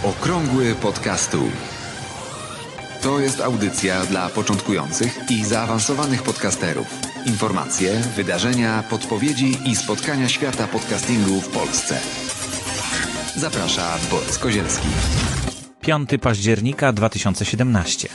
Okrągły podcastu. To jest audycja dla początkujących i zaawansowanych podcasterów. Informacje, wydarzenia, podpowiedzi i spotkania świata podcastingu w Polsce. Zaprasza Borys Kozielski. 5 października 2017.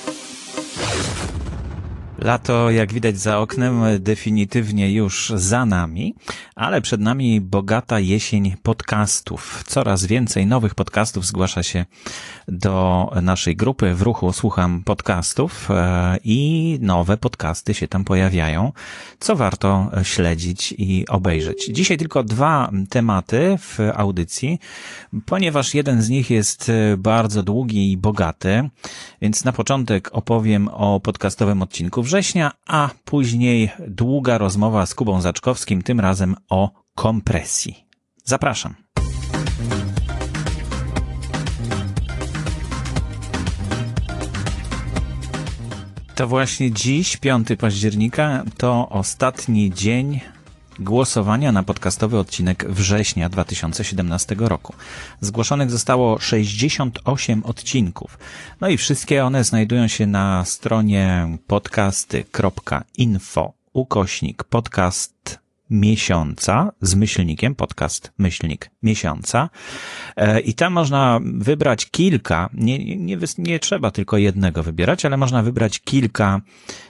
Lato, jak widać za oknem, definitywnie już za nami, ale przed nami bogata jesień podcastów. Coraz więcej nowych podcastów zgłasza się do naszej grupy W Ruchu Słucham Podcastów i nowe podcasty się tam pojawiają, co warto śledzić i obejrzeć. Dzisiaj tylko 2 tematy w audycji, ponieważ jeden z nich jest bardzo długi i bogaty, więc na początek opowiem o podcastowym odcinku września, a później długa rozmowa z Kubą Zaczkowskim, tym razem o kompresji. Zapraszam. To właśnie dziś, 5 października, to ostatni dzień głosowania na podcastowy odcinek września 2017 roku. Zgłoszonych zostało 68 odcinków. No i wszystkie one znajdują się na stronie podcasty.info/podcast miesiąca z myślnikiem, podcast myślnik miesiąca. I tam można wybrać kilka, nie trzeba tylko jednego wybierać, ale można wybrać kilka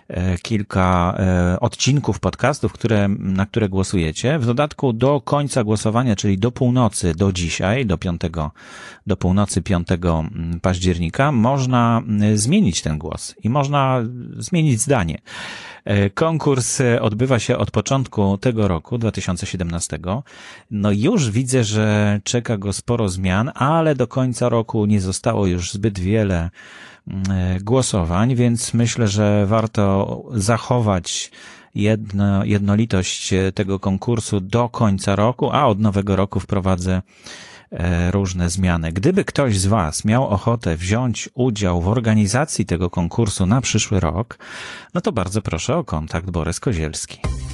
odcinków podcastów, na które głosujecie. W dodatku do końca głosowania, czyli do północy, do dzisiaj, do północy 5 października, można zmienić ten głos i można zmienić zdanie. Konkurs odbywa się od początku tego roku, 2017. No już widzę, że czeka go sporo zmian, ale do końca roku nie zostało już zbyt wiele głosowań, więc myślę, że warto zachować jednolitość tego konkursu do końca roku, a od nowego roku wprowadzę różne zmiany. Gdyby ktoś z Was miał ochotę wziąć udział w organizacji tego konkursu na przyszły rok, no to bardzo proszę o kontakt Borys Kozielski.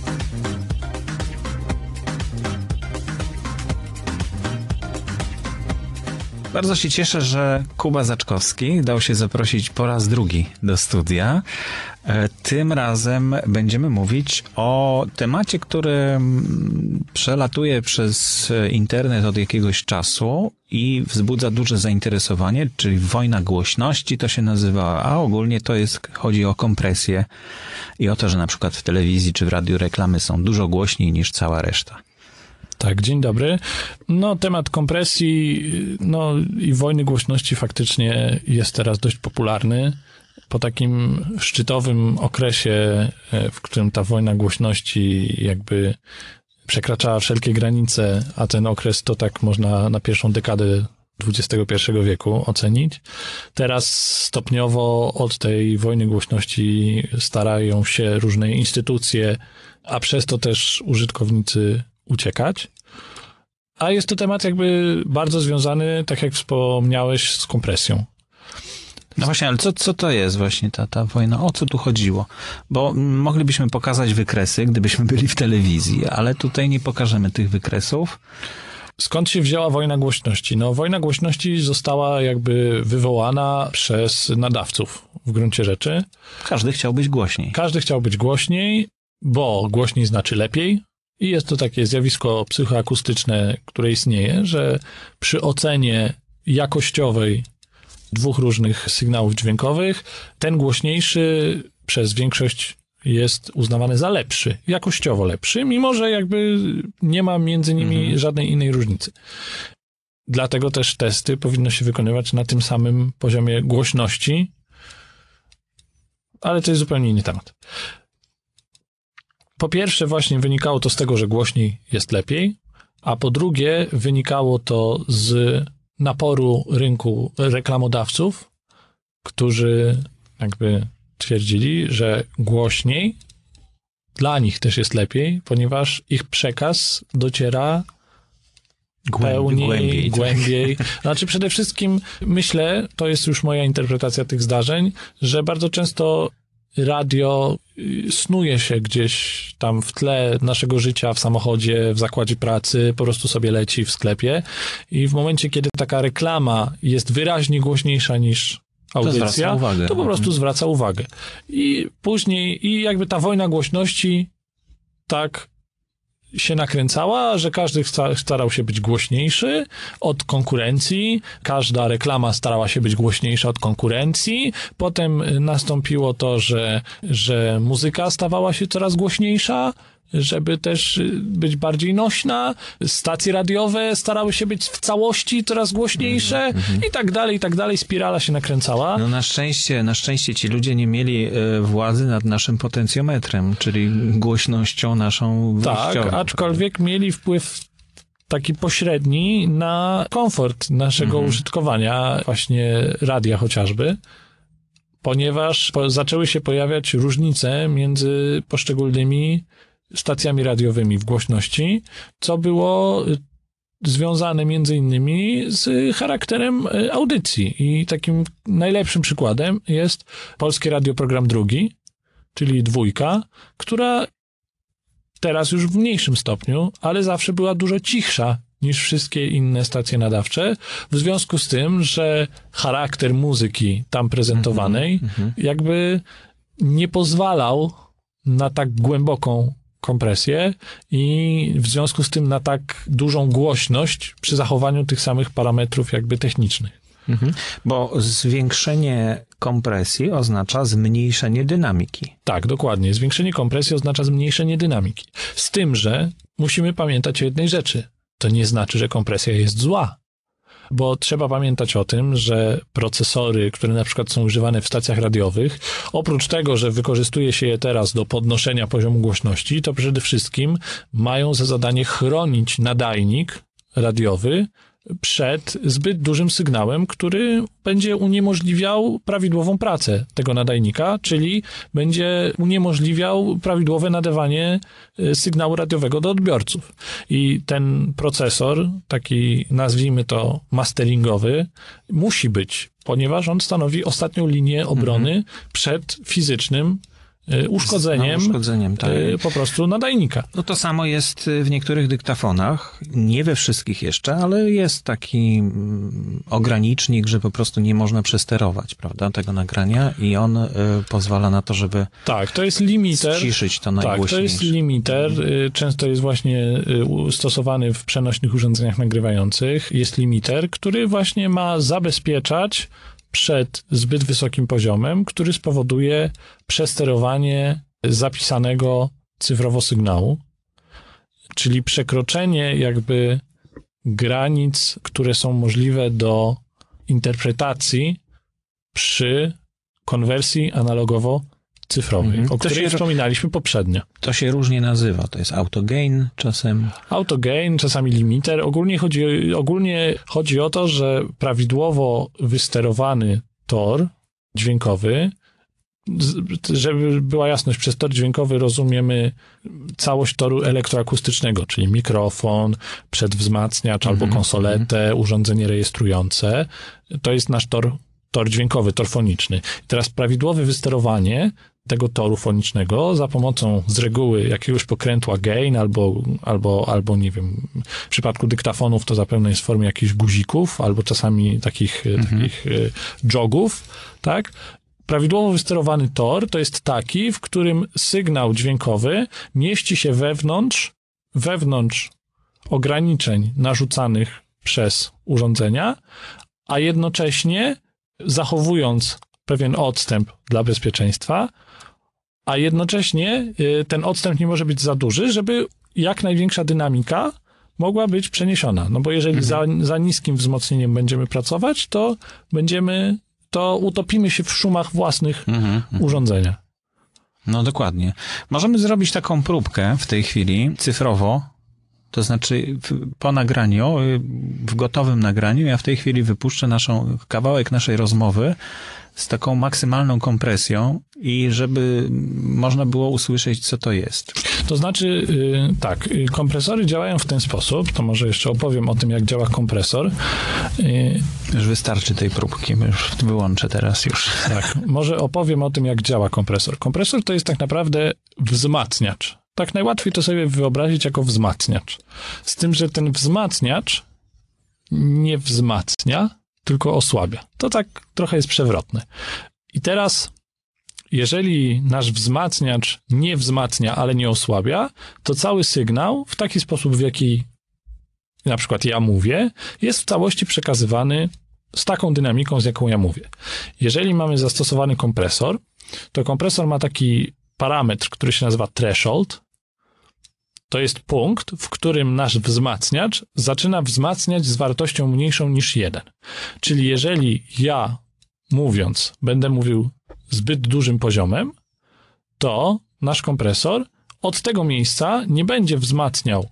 Bardzo się cieszę, że Kuba Zaczkowski dał się zaprosić po raz drugi do studia. Tym razem będziemy mówić o temacie, który przelatuje przez internet od jakiegoś czasu i wzbudza duże zainteresowanie, czyli wojna głośności to się nazywa, a ogólnie chodzi o kompresję i o to, że na przykład w telewizji czy w radiu reklamy są dużo głośniej niż cała reszta. Tak, dzień dobry. No, temat kompresji, i wojny głośności faktycznie jest teraz dość popularny. Po takim szczytowym okresie, w którym ta wojna głośności jakby przekraczała wszelkie granice, a ten okres to tak można na pierwszą dekadę XXI wieku ocenić. Teraz stopniowo od tej wojny głośności starają się różne instytucje, a przez to też użytkownicy uciekać. A jest to temat jakby bardzo związany, tak jak wspomniałeś, z kompresją. No właśnie, ale co to jest właśnie ta wojna? O co tu chodziło? Bo moglibyśmy pokazać wykresy, gdybyśmy byli w telewizji, ale tutaj nie pokażemy tych wykresów. Skąd się wzięła wojna głośności? No, wojna głośności została jakby wywołana przez nadawców w gruncie rzeczy. Każdy chciał być głośniej. Każdy chciał być głośniej, bo głośniej znaczy lepiej. I jest to takie zjawisko psychoakustyczne, które istnieje, że przy ocenie jakościowej 2 różnych sygnałów dźwiękowych, ten głośniejszy przez większość jest uznawany za lepszy, jakościowo lepszy, mimo że jakby nie ma między nimi żadnej innej różnicy. Dlatego też testy powinno się wykonywać na tym samym poziomie głośności, ale to jest zupełnie inny temat. Po pierwsze właśnie wynikało to z tego, że głośniej jest lepiej, a po drugie wynikało to z naporu rynku reklamodawców, którzy jakby twierdzili, że głośniej dla nich też jest lepiej, ponieważ ich przekaz dociera głębiej. Znaczy przede wszystkim myślę, to jest już moja interpretacja tych zdarzeń, że bardzo często radio snuje się gdzieś tam w tle naszego życia, w samochodzie, w zakładzie pracy, po prostu sobie leci w sklepie i w momencie, kiedy taka reklama jest wyraźnie głośniejsza niż audycja, to po prostu zwraca uwagę. I później, i jakby ta wojna głośności tak się nakręcała, że każdy starał się być głośniejszy od konkurencji, każda reklama starała się być głośniejsza od konkurencji, potem nastąpiło to, że muzyka stawała się coraz głośniejsza, żeby też być bardziej nośna, stacje radiowe starały się być w całości coraz głośniejsze i tak dalej, spirala się nakręcała. No na szczęście ci ludzie nie mieli władzy nad naszym potencjometrem, czyli głośnością naszą wyjściową. Tak, aczkolwiek mieli wpływ taki pośredni na komfort naszego użytkowania właśnie radia chociażby, ponieważ zaczęły się pojawiać różnice między poszczególnymi stacjami radiowymi w głośności, co było związane między innymi z charakterem audycji. I takim najlepszym przykładem jest Polskie Radio Program Drugi, czyli 2, która teraz już w mniejszym stopniu, ale zawsze była dużo cichsza niż wszystkie inne stacje nadawcze, w związku z tym, że charakter muzyki tam prezentowanej jakby nie pozwalał na tak głęboką kompresję i w związku z tym na tak dużą głośność przy zachowaniu tych samych parametrów jakby technicznych. Bo zwiększenie kompresji oznacza zmniejszenie dynamiki. Tak, dokładnie. Zwiększenie kompresji oznacza zmniejszenie dynamiki. Z tym, że musimy pamiętać o jednej rzeczy. To nie znaczy, że kompresja jest zła. Bo trzeba pamiętać o tym, że procesory, które na przykład są używane w stacjach radiowych, oprócz tego, że wykorzystuje się je teraz do podnoszenia poziomu głośności, to przede wszystkim mają za zadanie chronić nadajnik radiowy przed zbyt dużym sygnałem, który będzie uniemożliwiał prawidłową pracę tego nadajnika, czyli będzie uniemożliwiał prawidłowe nadawanie sygnału radiowego do odbiorców. I ten procesor, taki nazwijmy to masteringowy, musi być, ponieważ on stanowi ostatnią linię obrony przed fizycznym uszkodzeniem tak. Po prostu nadajnika. No to samo jest w niektórych dyktafonach, nie we wszystkich jeszcze, ale jest taki ogranicznik, że po prostu nie można przesterować, prawda, tego nagrania i on pozwala na to, żeby tak, to jest limiter. Ściszyć to najgłośniejsze. Tak, to jest limiter. Często jest właśnie stosowany w przenośnych urządzeniach nagrywających. Jest limiter, który właśnie ma zabezpieczać przed zbyt wysokim poziomem, który spowoduje przesterowanie zapisanego cyfrowo sygnału, czyli przekroczenie jakby granic, które są możliwe do interpretacji przy konwersji analogowo-cyfrowej, o której wspominaliśmy poprzednio. To się różnie nazywa. To jest autogain czasem. Autogain, czasami limiter. Ogólnie chodzi o to, że prawidłowo wysterowany tor dźwiękowy, żeby była jasność, przez tor dźwiękowy rozumiemy całość toru elektroakustycznego, czyli mikrofon, przedwzmacniacz albo konsoletę, urządzenie rejestrujące. To jest nasz tor dźwiękowy, tor foniczny. I teraz prawidłowe wysterowanie tego toru fonicznego za pomocą z reguły jakiegoś pokrętła gain albo nie wiem, w przypadku dyktafonów to zapewne jest w formie jakichś guzików albo czasami takich jogów, tak? Prawidłowo wysterowany tor to jest taki, w którym sygnał dźwiękowy mieści się wewnątrz ograniczeń narzucanych przez urządzenia, a jednocześnie zachowując pewien odstęp dla bezpieczeństwa, a jednocześnie ten odstęp nie może być za duży, żeby jak największa dynamika mogła być przeniesiona. No bo jeżeli za niskim wzmocnieniem będziemy pracować, to utopimy się w szumach własnych urządzenia. No dokładnie. Możemy zrobić taką próbkę w tej chwili cyfrowo, to znaczy po nagraniu, w gotowym nagraniu, ja w tej chwili wypuszczę kawałek naszej rozmowy z taką maksymalną kompresją i żeby można było usłyszeć, co to jest. To znaczy, tak, kompresory działają w ten sposób, to może jeszcze opowiem o tym, jak działa kompresor. Już wystarczy tej próbki, już wyłączę teraz już. Tak, może opowiem o tym, jak działa kompresor. Kompresor to jest tak naprawdę wzmacniacz. Tak najłatwiej to sobie wyobrazić jako wzmacniacz. Z tym, że ten wzmacniacz nie wzmacnia, tylko osłabia. To tak trochę jest przewrotne. I teraz, jeżeli nasz wzmacniacz nie wzmacnia, ale nie osłabia, to cały sygnał w taki sposób, w jaki na przykład ja mówię, jest w całości przekazywany z taką dynamiką, z jaką ja mówię. Jeżeli mamy zastosowany kompresor, to kompresor ma taki parametr, który się nazywa threshold. To jest punkt, w którym nasz wzmacniacz zaczyna wzmacniać z wartością mniejszą niż 1. Czyli jeżeli ja, mówiąc, będę mówił zbyt dużym poziomem, to nasz kompresor od tego miejsca nie będzie wzmacniał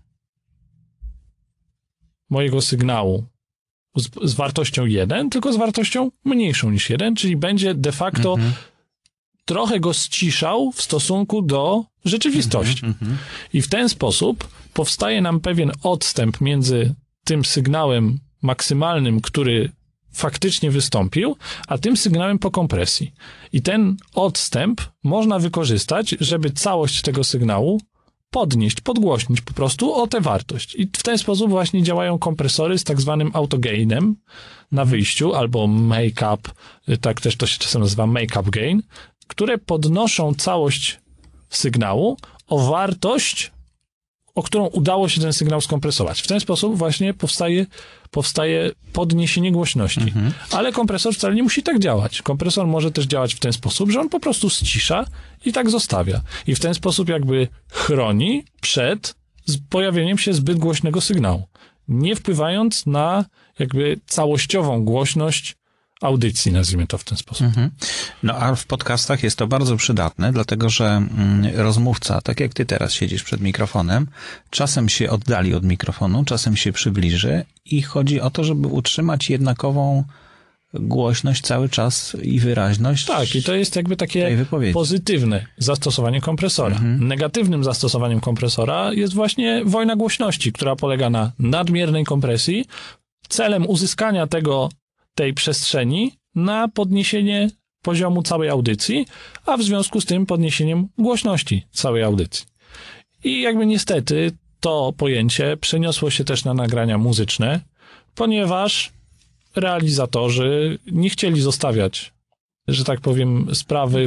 mojego sygnału z wartością 1, tylko z wartością mniejszą niż 1, czyli będzie de facto trochę go ściszał w stosunku do rzeczywistości. I w ten sposób powstaje nam pewien odstęp między tym sygnałem maksymalnym, który faktycznie wystąpił, a tym sygnałem po kompresji. I ten odstęp można wykorzystać, żeby całość tego sygnału podnieść, podgłośnić po prostu o tę wartość. I w ten sposób właśnie działają kompresory z tak zwanym autogainem na wyjściu, albo make-up, tak też to się czasem nazywa make-up gain, które podnoszą całość sygnału o wartość, o którą udało się ten sygnał skompresować. W ten sposób właśnie powstaje podniesienie głośności. Ale kompresor wcale nie musi tak działać. Kompresor może też działać w ten sposób, że on po prostu ścisza i tak zostawia. I w ten sposób jakby chroni przed pojawieniem się zbyt głośnego sygnału, nie wpływając na jakby całościową głośność audycji, nazwijmy to w ten sposób. No a w podcastach jest to bardzo przydatne, dlatego że rozmówca, tak jak ty teraz siedzisz przed mikrofonem, czasem się oddali od mikrofonu, czasem się przybliży i chodzi o to, żeby utrzymać jednakową głośność cały czas i wyraźność. Tak, i to jest jakby takie pozytywne zastosowanie kompresora. Negatywnym zastosowaniem kompresora jest właśnie wojna głośności, która polega na nadmiernej kompresji celem uzyskania tej przestrzeni na podniesienie poziomu całej audycji, a w związku z tym podniesieniem głośności całej audycji. I jakby niestety to pojęcie przeniosło się też na nagrania muzyczne, ponieważ realizatorzy nie chcieli zostawiać, że tak powiem, sprawy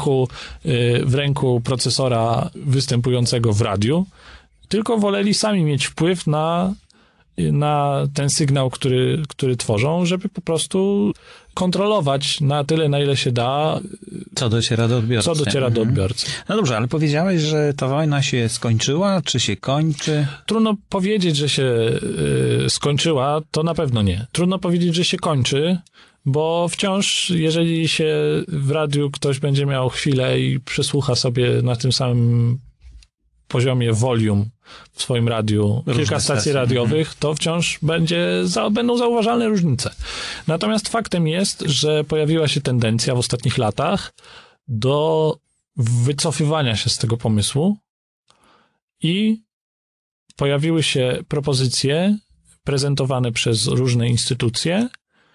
w ręku procesora występującego w radiu, tylko woleli sami mieć wpływ na ten sygnał, który tworzą, żeby po prostu kontrolować na tyle, na ile się da, co dociera do odbiorcy. No dobrze, ale powiedziałeś, że ta wojna się skończyła, czy się kończy? Trudno powiedzieć, że się skończyła, to na pewno nie. Trudno powiedzieć, że się kończy, bo wciąż, jeżeli się w radiu ktoś będzie miał chwilę i przesłucha sobie na tym samym poziomie volume w swoim radiu kilka stacji radiowych, to wciąż będą zauważalne różnice. Natomiast faktem jest, że pojawiła się tendencja w ostatnich latach do wycofywania się z tego pomysłu i pojawiły się propozycje prezentowane przez różne instytucje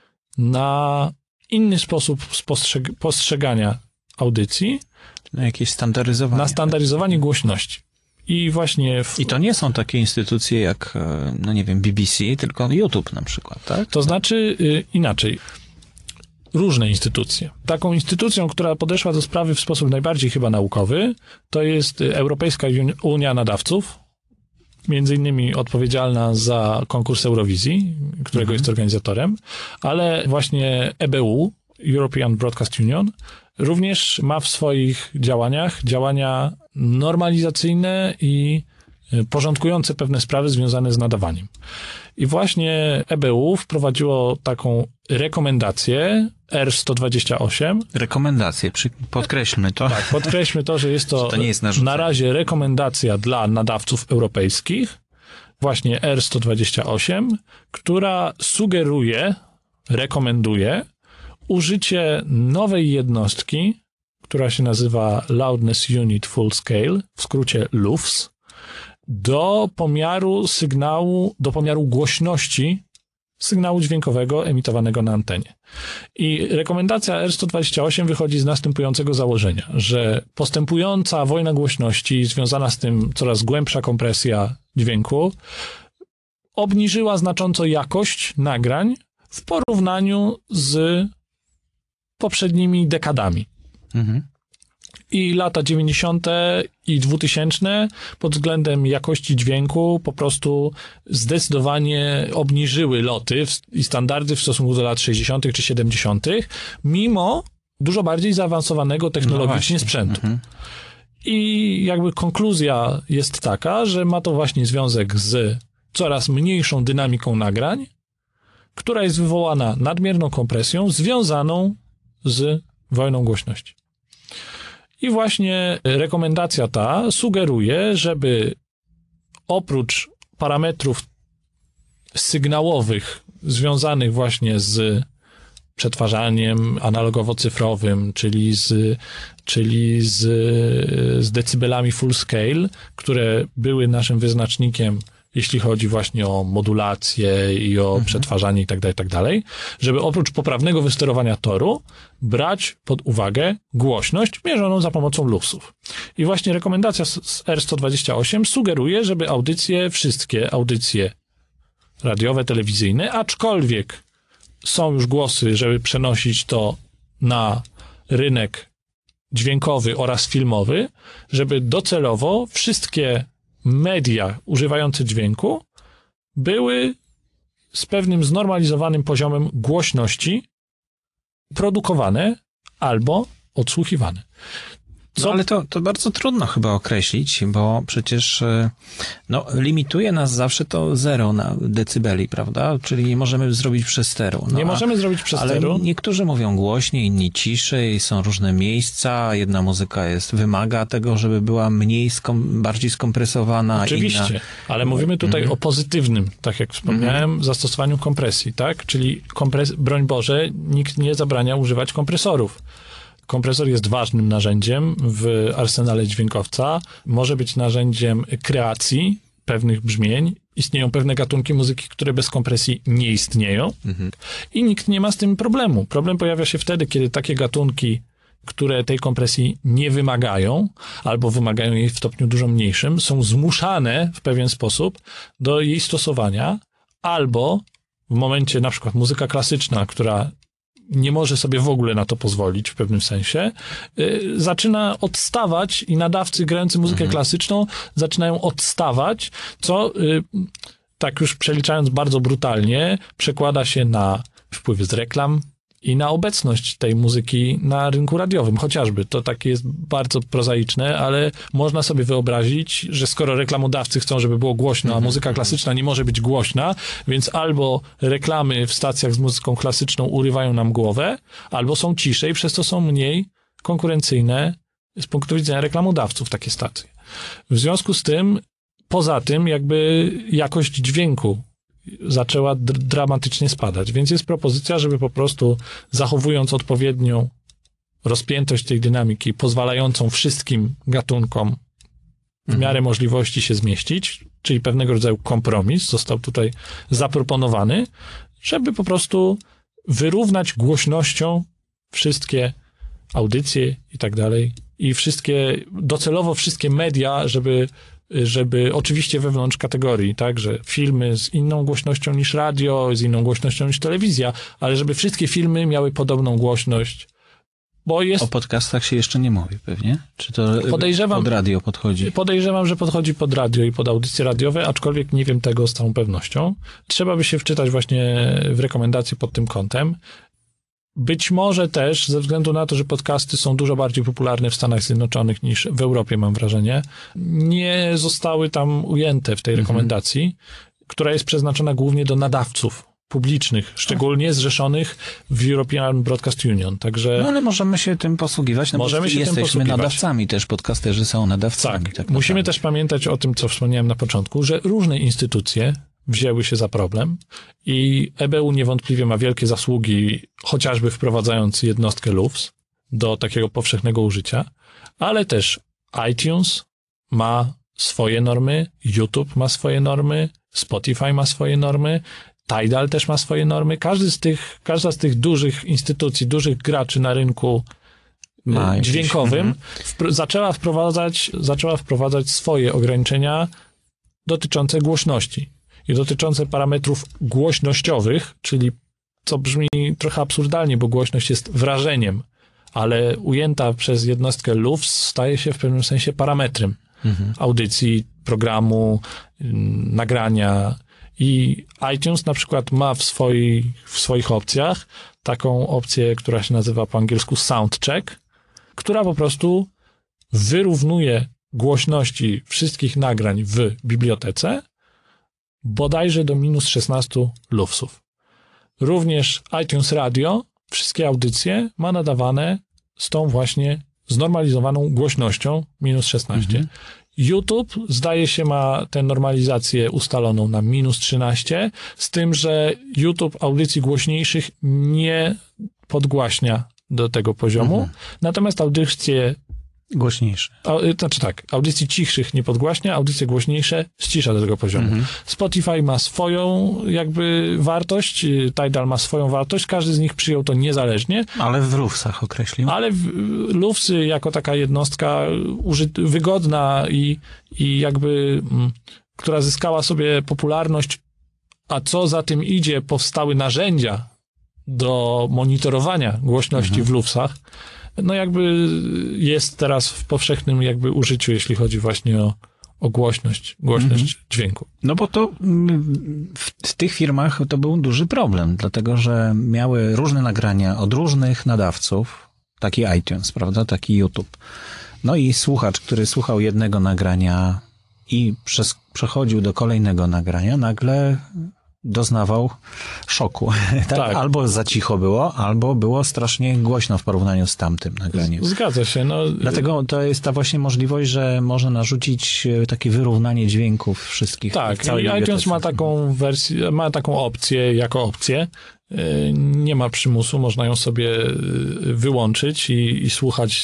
na inny sposób postrzegania audycji. Na jakieś standaryzowanie. Na standaryzowanie głośności. I właśnie... I to nie są takie instytucje jak, no nie wiem, BBC, tylko YouTube na przykład, tak? To znaczy inaczej. Różne instytucje. Taką instytucją, która podeszła do sprawy w sposób najbardziej chyba naukowy, to jest Europejska Unia Nadawców, między innymi odpowiedzialna za konkurs Eurowizji, którego jest organizatorem, ale właśnie EBU, European Broadcast Union, również ma w swoich działania normalizacyjne i porządkujące pewne sprawy związane z nadawaniem. I właśnie EBU wprowadziło taką rekomendację R128. Rekomendację, podkreślmy to. Tak, podkreślmy to, że jest to nie jest na razie rekomendacja dla nadawców europejskich, właśnie R128, która rekomenduje użycie nowej jednostki, która się nazywa Loudness Unit Full Scale, w skrócie LUFS, do pomiaru sygnału, do pomiaru głośności sygnału dźwiękowego emitowanego na antenie. I rekomendacja R128 wychodzi z następującego założenia, że postępująca wojna głośności związana z tym coraz głębsza kompresja dźwięku obniżyła znacząco jakość nagrań w porównaniu z poprzednimi dekadami. I lata 90. i 2000 pod względem jakości dźwięku po prostu zdecydowanie obniżyły loty i standardy w stosunku do lat 60. czy 70., mimo dużo bardziej zaawansowanego technologicznie sprzętu. I jakby konkluzja jest taka, że ma to właśnie związek z coraz mniejszą dynamiką nagrań, która jest wywołana nadmierną kompresją związaną z wojną głośności. I właśnie rekomendacja ta sugeruje, żeby oprócz parametrów sygnałowych związanych właśnie z przetwarzaniem analogowo-cyfrowym, czyli z decybelami full scale, które były naszym wyznacznikiem, jeśli chodzi właśnie o modulację i o przetwarzanie itd., żeby oprócz poprawnego wysterowania toru brać pod uwagę głośność mierzoną za pomocą LUFS-ów. I właśnie rekomendacja z R128 sugeruje, żeby wszystkie audycje radiowe, telewizyjne, aczkolwiek są już głosy, żeby przenosić to na rynek dźwiękowy oraz filmowy, żeby docelowo wszystkie media używające dźwięku były z pewnym znormalizowanym poziomem głośności produkowane albo odsłuchiwane. No, ale to bardzo trudno chyba określić, bo przecież limituje nas zawsze to 0 na decybeli, prawda? Czyli nie możemy zrobić przesteru. Nie możemy zrobić przesteru. Ale niektórzy mówią głośniej, inni ciszej, są różne miejsca, jedna muzyka wymaga tego, żeby była bardziej skompresowana. Oczywiście, ale mówimy tutaj o pozytywnym, tak jak wspomniałem, zastosowaniu kompresji, tak? Czyli broń Boże, nikt nie zabrania używać kompresorów. Kompresor jest ważnym narzędziem w arsenale dźwiękowca. Może być narzędziem kreacji pewnych brzmień. Istnieją pewne gatunki muzyki, które bez kompresji nie istnieją i nikt nie ma z tym problemu. Problem pojawia się wtedy, kiedy takie gatunki, które tej kompresji nie wymagają albo wymagają jej w stopniu dużo mniejszym, są zmuszane w pewien sposób do jej stosowania albo w momencie na przykład muzyka klasyczna, która nie może sobie w ogóle na to pozwolić w pewnym sensie, zaczyna odstawać i nadawcy grający muzykę klasyczną zaczynają odstawać, co tak już przeliczając bardzo brutalnie przekłada się na wpływy z reklam i na obecność tej muzyki na rynku radiowym, chociażby. To takie jest bardzo prozaiczne, ale można sobie wyobrazić, że skoro reklamodawcy chcą, żeby było głośno, a muzyka klasyczna nie może być głośna, więc albo reklamy w stacjach z muzyką klasyczną urywają nam głowę, albo są ciszej, przez to są mniej konkurencyjne z punktu widzenia reklamodawców takie stacje. W związku z tym, poza tym jakby jakość dźwięku zaczęła dramatycznie spadać, więc jest propozycja, żeby po prostu zachowując odpowiednią rozpiętość tej dynamiki, pozwalającą wszystkim gatunkom w miarę możliwości się zmieścić, czyli pewnego rodzaju kompromis został tutaj zaproponowany, żeby po prostu wyrównać głośnością wszystkie audycje i tak dalej i docelowo wszystkie media, żeby oczywiście wewnątrz kategorii, tak, że filmy z inną głośnością niż radio, z inną głośnością niż telewizja, ale żeby wszystkie filmy miały podobną głośność, bo jest... O podcastach się jeszcze nie mówi pewnie? Czy to pod radio podchodzi? Podejrzewam, że podchodzi pod radio i pod audycje radiowe, aczkolwiek nie wiem tego z całą pewnością. Trzeba by się wczytać właśnie w rekomendacje pod tym kątem. Być może też, ze względu na to, że podcasty są dużo bardziej popularne w Stanach Zjednoczonych niż w Europie, mam wrażenie, nie zostały tam ujęte w tej rekomendacji, która jest przeznaczona głównie do nadawców publicznych, szczególnie zrzeszonych w European Broadcast Union. Także no ale możemy się tym posługiwać, jesteśmy nadawcami też, podcasterzy są nadawcami. Tak musimy też pamiętać o tym, co wspomniałem na początku, że różne instytucje wzięły się za problem i EBU niewątpliwie ma wielkie zasługi, chociażby wprowadzając jednostkę LUFS, do takiego powszechnego użycia, ale też iTunes ma swoje normy, YouTube ma swoje normy, Spotify ma swoje normy, Tidal też ma swoje normy. Każda z tych dużych instytucji, dużych graczy na rynku dźwiękowym zaczęła wprowadzać swoje ograniczenia dotyczące głośności i dotyczące parametrów głośnościowych, czyli co brzmi trochę absurdalnie, bo głośność jest wrażeniem, ale ujęta przez jednostkę LUFS staje się w pewnym sensie parametrem audycji, programu, nagrania. I iTunes na przykład ma w swoich opcjach taką opcję, która się nazywa po angielsku Soundcheck, która po prostu wyrównuje głośności wszystkich nagrań w bibliotece bodajże do minus 16 lufsów. Również iTunes Radio wszystkie audycje ma nadawane z tą właśnie znormalizowaną głośnością minus 16. YouTube, zdaje się, ma tę normalizację ustaloną na minus 13, z tym, że YouTube audycji głośniejszych nie podgłaśnia do tego poziomu, natomiast audycje głośniejsze. Audycji cichszych nie podgłaśnia, audycje głośniejsze ścisza do tego poziomu. Spotify ma swoją jakby wartość, Tidal ma swoją wartość, każdy z nich przyjął to niezależnie. Ale w LUFS-ach określił. Ale LUFSy jako taka jednostka wygodna i jakby, która zyskała sobie popularność, a co za tym idzie, powstały narzędzia do monitorowania głośności w LUFSach, no jakby jest teraz w powszechnym jakby użyciu, jeśli chodzi właśnie o głośność dźwięku. No bo to w tych firmach to był duży problem, dlatego że miały różne nagrania od różnych nadawców, taki iTunes, prawda, taki YouTube. No i słuchacz, który słuchał jednego nagrania i przechodził do kolejnego nagrania, nagle doznawał szoku. Tak? Albo za cicho było, albo było strasznie głośno w porównaniu z tamtym nagraniem. Zgadza się. No. Dlatego to jest ta właśnie możliwość, że można narzucić takie wyrównanie dźwięków wszystkich. Tak, i iTunes ma taką wersję, ma taką opcję jako opcję. Nie ma przymusu, można ją sobie wyłączyć i słuchać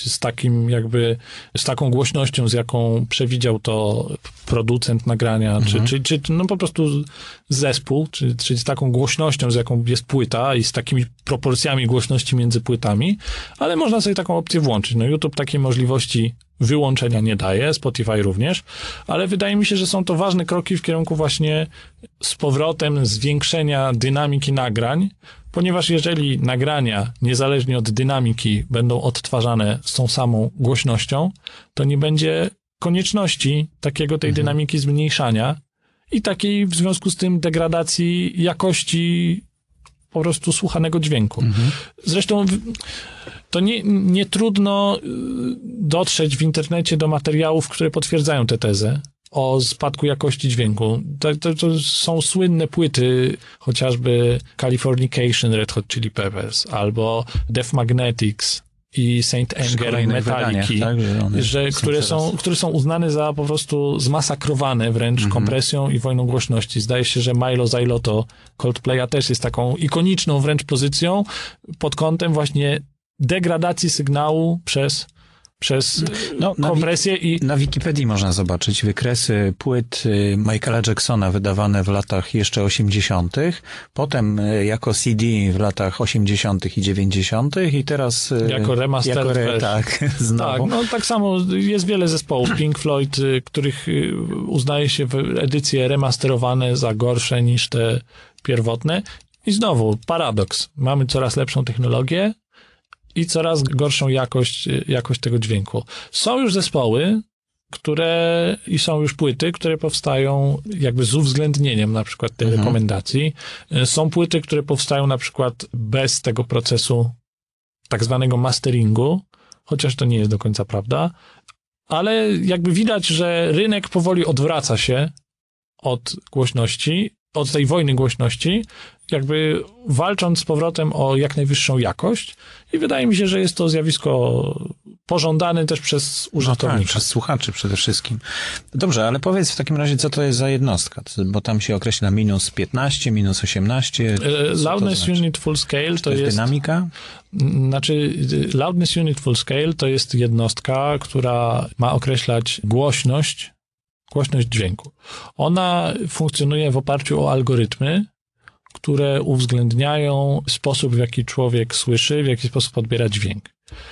z taką głośnością, z jaką przewidział to producent nagrania, czy no po prostu zespół, czy z taką głośnością, z jaką jest płyta i z takimi proporcjami głośności między płytami, ale można sobie taką opcję włączyć. No YouTube takiej możliwości wyłączenia nie daje, Spotify również, ale wydaje mi się, że są to ważne kroki w kierunku właśnie z powrotem zwiększenia dynamiki nagrań, ponieważ jeżeli nagrania, niezależnie od dynamiki, będą odtwarzane z tą samą głośnością, to nie będzie konieczności tej dynamiki zmniejszania i takiej w związku z tym degradacji jakości po prostu słuchanego dźwięku. Zresztą to nie trudno dotrzeć w internecie do materiałów, które potwierdzają tę tezę o spadku jakości dźwięku. To są słynne płyty, chociażby Californication, Red Hot Chili Peppers, albo Death Magnetics i Saint Anger, Metaliki, tak? które są uznane za po prostu zmasakrowane wręcz kompresją i wojną głośności. Zdaje się, że Milo Zailoto Coldplaya też jest taką ikoniczną wręcz pozycją pod kątem właśnie degradacji sygnału przez kompresję. Na Wikipedii można zobaczyć wykresy płyt Michaela Jacksona wydawane w latach jeszcze 80., potem jako CD w latach 80. i 90. i teraz jako remastered. Tak, znowu. Tak, no tak samo jest wiele zespołów Pink Floyd, których uznaje się edycje remasterowane za gorsze niż te pierwotne. I znowu paradoks. Mamy coraz lepszą technologię i coraz gorszą jakość tego dźwięku. Są już zespoły, i są już płyty, które powstają jakby z uwzględnieniem na przykład tej rekomendacji. Są płyty, które powstają na przykład bez tego procesu tak zwanego masteringu, chociaż to nie jest do końca prawda, ale jakby widać, że rynek powoli odwraca się od głośności, od tej wojny głośności, jakby walcząc z powrotem o jak najwyższą jakość i wydaje mi się, że jest to zjawisko pożądany też przez użytkownika. Tak, przez słuchaczy przede wszystkim. Dobrze, ale powiedz w takim razie, co to jest za jednostka, bo tam się określa minus 15, minus 18. Loudness znaczy? Unit Full Scale to jest dynamika? Znaczy, Loudness Unit Full Scale to jest jednostka, która ma określać głośność dźwięku. Ona funkcjonuje w oparciu o algorytmy, które uwzględniają sposób, w jaki człowiek słyszy, w jaki sposób odbiera dźwięk.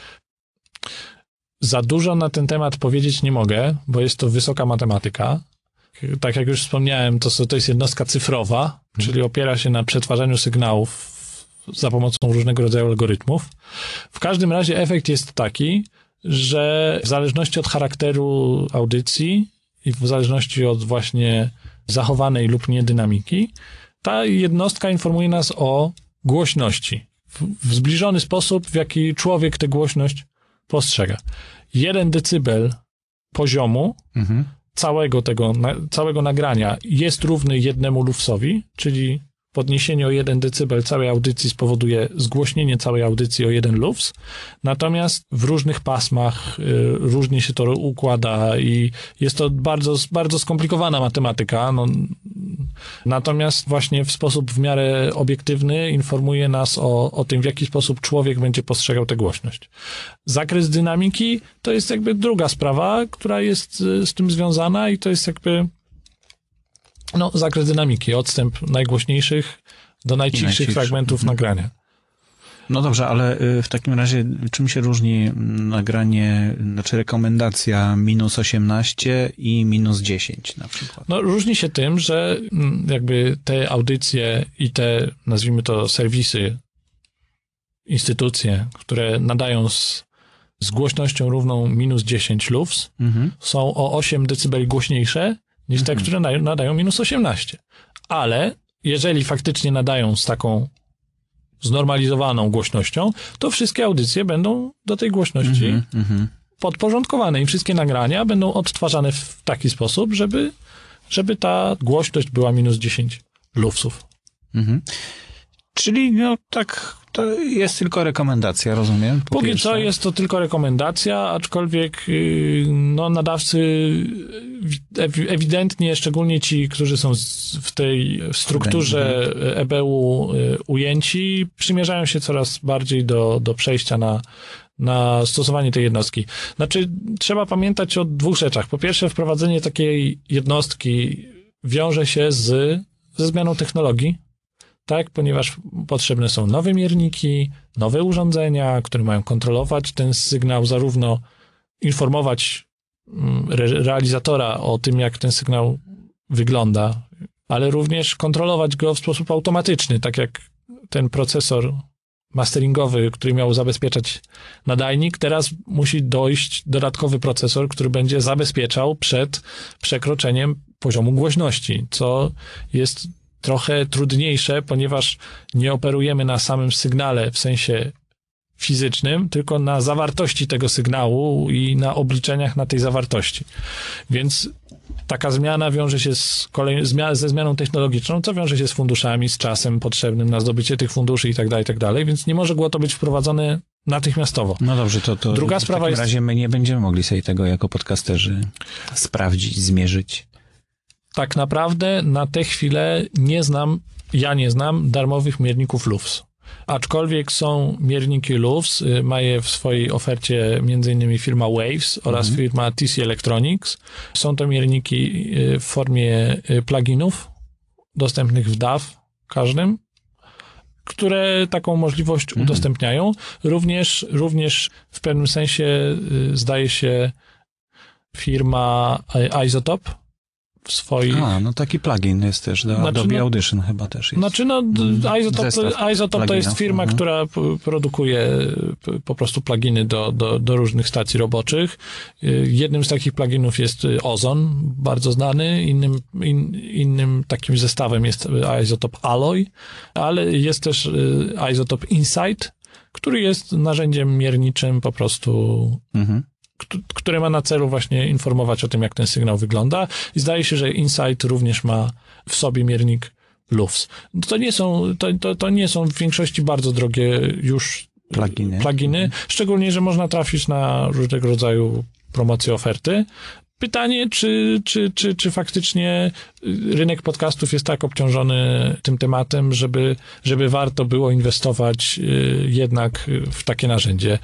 Za dużo na ten temat powiedzieć nie mogę, bo jest to wysoka matematyka. Tak jak już wspomniałem, to jest jednostka cyfrowa, czyli opiera się na przetwarzaniu sygnałów za pomocą różnego rodzaju algorytmów. W każdym razie efekt jest taki, że w zależności od charakteru audycji i w zależności od właśnie zachowanej lub nie dynamiki, ta jednostka informuje nas o głośności w zbliżony sposób, w jaki człowiek tę głośność postrzega. 1 decybel poziomu całego nagrania jest równy 1 lufsowi, czyli podniesienie o 1 decybel całej audycji spowoduje zgłośnienie całej audycji o 1 lufs, natomiast w różnych pasmach różnie się to układa i jest to bardzo, bardzo skomplikowana matematyka. Natomiast właśnie w sposób w miarę obiektywny informuje nas o tym, w jaki sposób człowiek będzie postrzegał tę głośność. Zakres dynamiki to jest jakby druga sprawa, która jest z tym związana i to jest jakby zakres dynamiki, odstęp najgłośniejszych do najcichszych fragmentów nagrania. No dobrze, ale w takim razie czym się różni nagranie, znaczy rekomendacja minus 18 i minus 10 na przykład? Różni się tym, że jakby te audycje i te, nazwijmy to, serwisy, instytucje, które nadają z głośnością równą minus 10 lufs, są o 8 decybeli głośniejsze niż te, które nadają minus 18. Ale jeżeli faktycznie nadają z taką znormalizowaną głośnością, to wszystkie audycje będą do tej głośności podporządkowane i wszystkie nagrania będą odtwarzane w taki sposób, żeby ta głośność była minus 10 lufsów. Czyli tak, to jest tylko rekomendacja, rozumiem? Póki co jest to tylko rekomendacja, aczkolwiek nadawcy ewidentnie, szczególnie ci, którzy są w tej strukturze EBU ujęci, przymierzają się coraz bardziej do przejścia na stosowanie tej jednostki. Znaczy, trzeba pamiętać o 2 rzeczach. Po pierwsze, wprowadzenie takiej jednostki wiąże się ze zmianą technologii, tak, ponieważ potrzebne są nowe mierniki, nowe urządzenia, które mają kontrolować ten sygnał, zarówno informować realizatora o tym, jak ten sygnał wygląda, ale również kontrolować go w sposób automatyczny, tak jak ten procesor masteringowy, który miał zabezpieczać nadajnik, teraz musi dojść dodatkowy procesor, który będzie zabezpieczał przed przekroczeniem poziomu głośności, co jest trochę trudniejsze, ponieważ nie operujemy na samym sygnale w sensie fizycznym, tylko na zawartości tego sygnału i na obliczeniach na tej zawartości. Więc taka zmiana wiąże się ze zmianą technologiczną, co wiąże się z funduszami, z czasem potrzebnym na zdobycie tych funduszy i tak dalej, więc nie może było to być wprowadzone natychmiastowo. No dobrze, to druga w sprawa takim razie my nie będziemy mogli sobie tego jako podcasterzy sprawdzić, zmierzyć. Tak naprawdę na tę chwilę nie znam darmowych mierników LUFS. Aczkolwiek są mierniki LUFS, ma je w swojej ofercie m.in. firma Waves oraz firma TC Electronics. Są to mierniki w formie pluginów dostępnych w DAW każdym, które taką możliwość udostępniają. Również w pewnym sensie zdaje się firma Isotope w swoich... no taki plugin jest też, do Adobe Audition chyba też jest. Isotope to jest firma, która produkuje po prostu pluginy do różnych stacji roboczych. Jednym z takich pluginów jest Ozon, bardzo znany. Innym takim zestawem jest Isotope Alloy, ale jest też Isotope Insight, który jest narzędziem mierniczym po prostu... które ma na celu właśnie informować o tym, jak ten sygnał wygląda. I zdaje się, że Insight również ma w sobie miernik LUFS. To nie są w większości bardzo drogie już pluginy, szczególnie, że można trafić na różnego rodzaju promocje, oferty. Pytanie, czy faktycznie rynek podcastów jest tak obciążony tym tematem, żeby warto było inwestować jednak w takie narzędzie.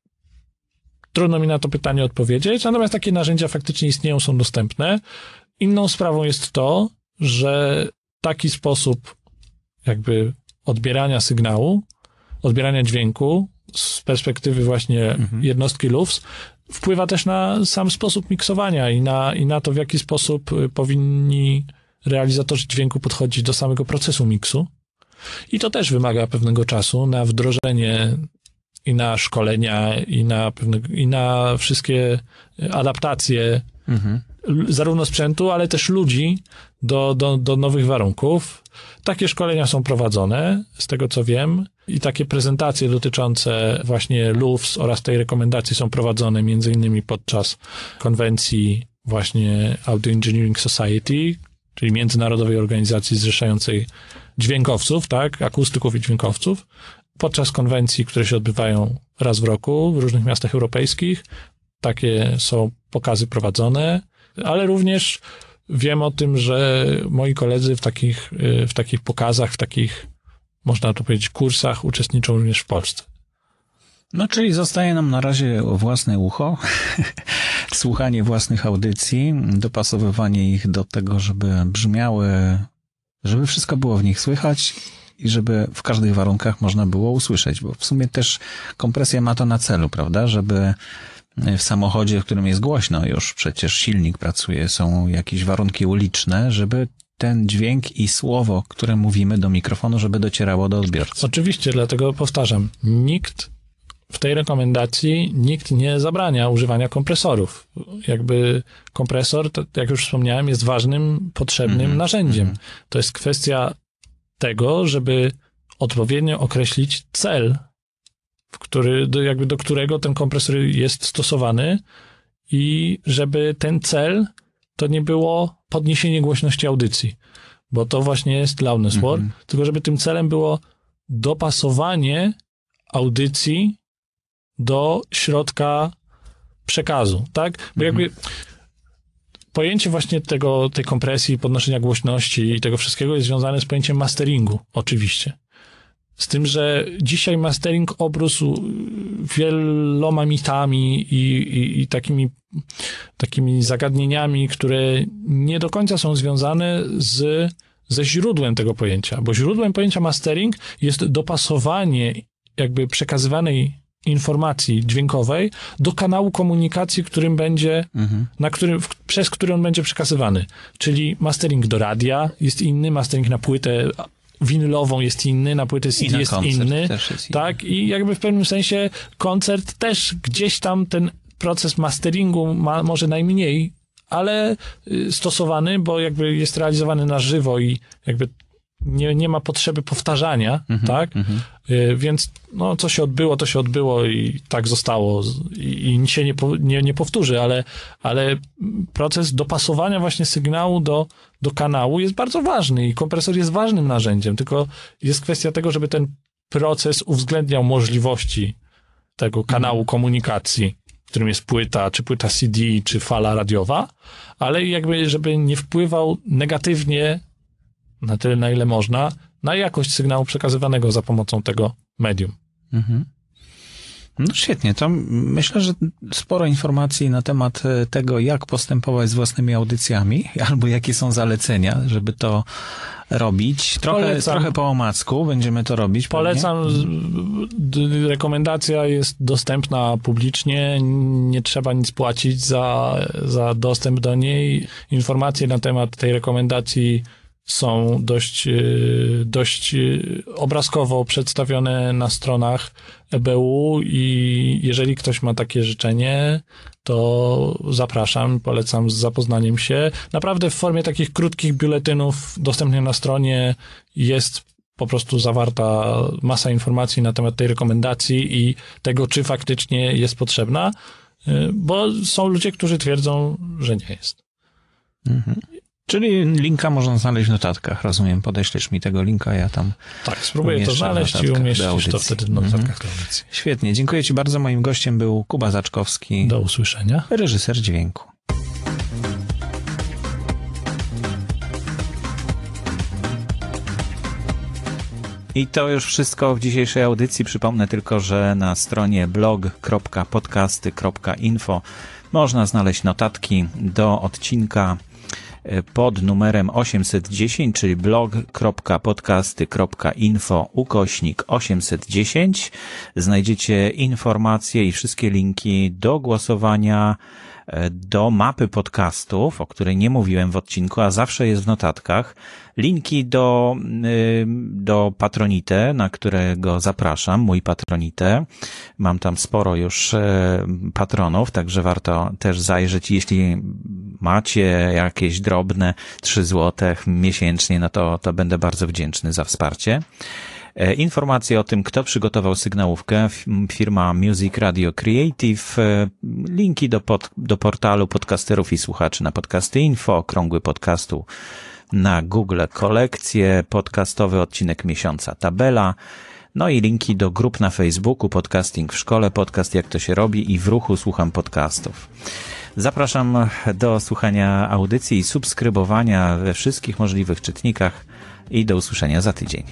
Trudno mi na to pytanie odpowiedzieć, natomiast takie narzędzia faktycznie istnieją, są dostępne. Inną sprawą jest to, że taki sposób jakby odbierania sygnału, odbierania dźwięku z perspektywy właśnie jednostki LUFS wpływa też na sam sposób miksowania i na to, w jaki sposób powinni realizatorzy dźwięku podchodzić do samego procesu miksu. I to też wymaga pewnego czasu na wdrożenie i na szkolenia, i na wszystkie adaptacje zarówno sprzętu, ale też ludzi do nowych warunków. Takie szkolenia są prowadzone, z tego co wiem, i takie prezentacje dotyczące właśnie LUFS oraz tej rekomendacji są prowadzone między innymi podczas konwencji właśnie Audio Engineering Society, czyli międzynarodowej organizacji zrzeszającej dźwiękowców, tak, akustyków i dźwiękowców, podczas konwencji, które się odbywają raz w roku w różnych miastach europejskich. Takie są pokazy prowadzone, ale również wiem o tym, że moi koledzy w takich pokazach, w takich, można to powiedzieć, kursach uczestniczą również w Polsce. No, czyli zostaje nam na razie własne ucho, słuchanie własnych audycji, dopasowywanie ich do tego, żeby brzmiały, żeby wszystko było w nich słychać i żeby w każdych warunkach można było usłyszeć, bo w sumie też kompresja ma to na celu, prawda, żeby w samochodzie, w którym jest głośno już, przecież silnik pracuje, są jakieś warunki uliczne, żeby ten dźwięk i słowo, które mówimy do mikrofonu, żeby docierało do odbiorcy. Oczywiście, dlatego powtarzam, w tej rekomendacji nikt nie zabrania używania kompresorów. Jakby kompresor, jak już wspomniałem, jest ważnym, potrzebnym narzędziem. To jest kwestia tego, żeby odpowiednio określić cel, do którego ten kompresor jest stosowany i żeby ten cel to nie było podniesienie głośności audycji, bo to właśnie jest loudness war, tylko żeby tym celem było dopasowanie audycji do środka przekazu, tak? Bo jakby pojęcie właśnie tej kompresji, podnoszenia głośności i tego wszystkiego jest związane z pojęciem masteringu, oczywiście. Z tym, że dzisiaj mastering obrósł wieloma mitami i takimi zagadnieniami, które nie do końca są związane ze źródłem tego pojęcia, bo źródłem pojęcia mastering jest dopasowanie jakby przekazywanej informacji dźwiękowej do kanału komunikacji, którym będzie, przez który on będzie przekazywany. Czyli mastering do radia jest inny, mastering na płytę winylową jest inny, na płytę CD jest inny. Tak? I jakby w pewnym sensie koncert też gdzieś tam ten proces masteringu ma może najmniej, ale stosowany, bo jakby jest realizowany na żywo i jakby nie ma potrzeby powtarzania, tak? Więc no, co się odbyło, to się odbyło i tak zostało i się nie powtórzy, ale proces dopasowania właśnie sygnału do kanału jest bardzo ważny i kompresor jest ważnym narzędziem, tylko jest kwestia tego, żeby ten proces uwzględniał możliwości tego kanału komunikacji, którym jest płyta, czy płyta CD, czy fala radiowa, ale jakby, żeby nie wpływał negatywnie na tyle, na ile można, na jakość sygnału przekazywanego za pomocą tego medium. No świetnie, to myślę, że sporo informacji na temat tego, jak postępować z własnymi audycjami, albo jakie są zalecenia, żeby to robić. Trochę po omacku będziemy to robić. Polecam, rekomendacja jest dostępna publicznie, nie trzeba nic płacić za dostęp do niej. Informacje na temat tej rekomendacji są dość obrazkowo przedstawione na stronach EBU i jeżeli ktoś ma takie życzenie, to zapraszam, polecam z zapoznaniem się. Naprawdę w formie takich krótkich biuletynów dostępnych na stronie jest po prostu zawarta masa informacji na temat tej rekomendacji i tego, czy faktycznie jest potrzebna, bo są ludzie, którzy twierdzą, że nie jest. Czyli linka można znaleźć w notatkach, rozumiem. Podeślesz mi tego linka, ja tam Tak, spróbuję to znaleźć i umieścisz to wtedy w notatkach do audycji. Świetnie, dziękuję Ci bardzo. Moim gościem był Kuba Zaczkowski. Do usłyszenia. Reżyser dźwięku. I to już wszystko w dzisiejszej audycji. Przypomnę tylko, że na stronie blog.podcasty.info można znaleźć notatki do odcinka pod numerem 810, czyli blog.podcasty.info/810. Znajdziecie informacje i wszystkie linki do głosowania, do mapy podcastów, o której nie mówiłem w odcinku, a zawsze jest w notatkach. Linki do Patronite, na którego zapraszam, mój Patronite. Mam tam sporo już patronów, także warto też zajrzeć. Jeśli macie jakieś drobne 3 zł miesięcznie, no to będę bardzo wdzięczny za wsparcie. Informacje o tym, kto przygotował sygnałówkę, firma Music Radio Creative, linki do portalu podcasterów i słuchaczy na Podcasty Info, okrągły podcastu na Google, kolekcje, podcastowy odcinek miesiąca, tabela, no i linki do grup na Facebooku, podcasting w szkole, podcast jak to się robi i w ruchu słucham podcastów. Zapraszam do słuchania audycji i subskrybowania we wszystkich możliwych czytnikach i do usłyszenia za tydzień.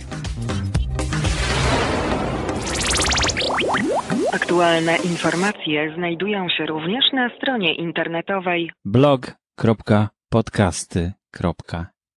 Aktualne informacje znajdują się również na stronie internetowej blog.podcasty.info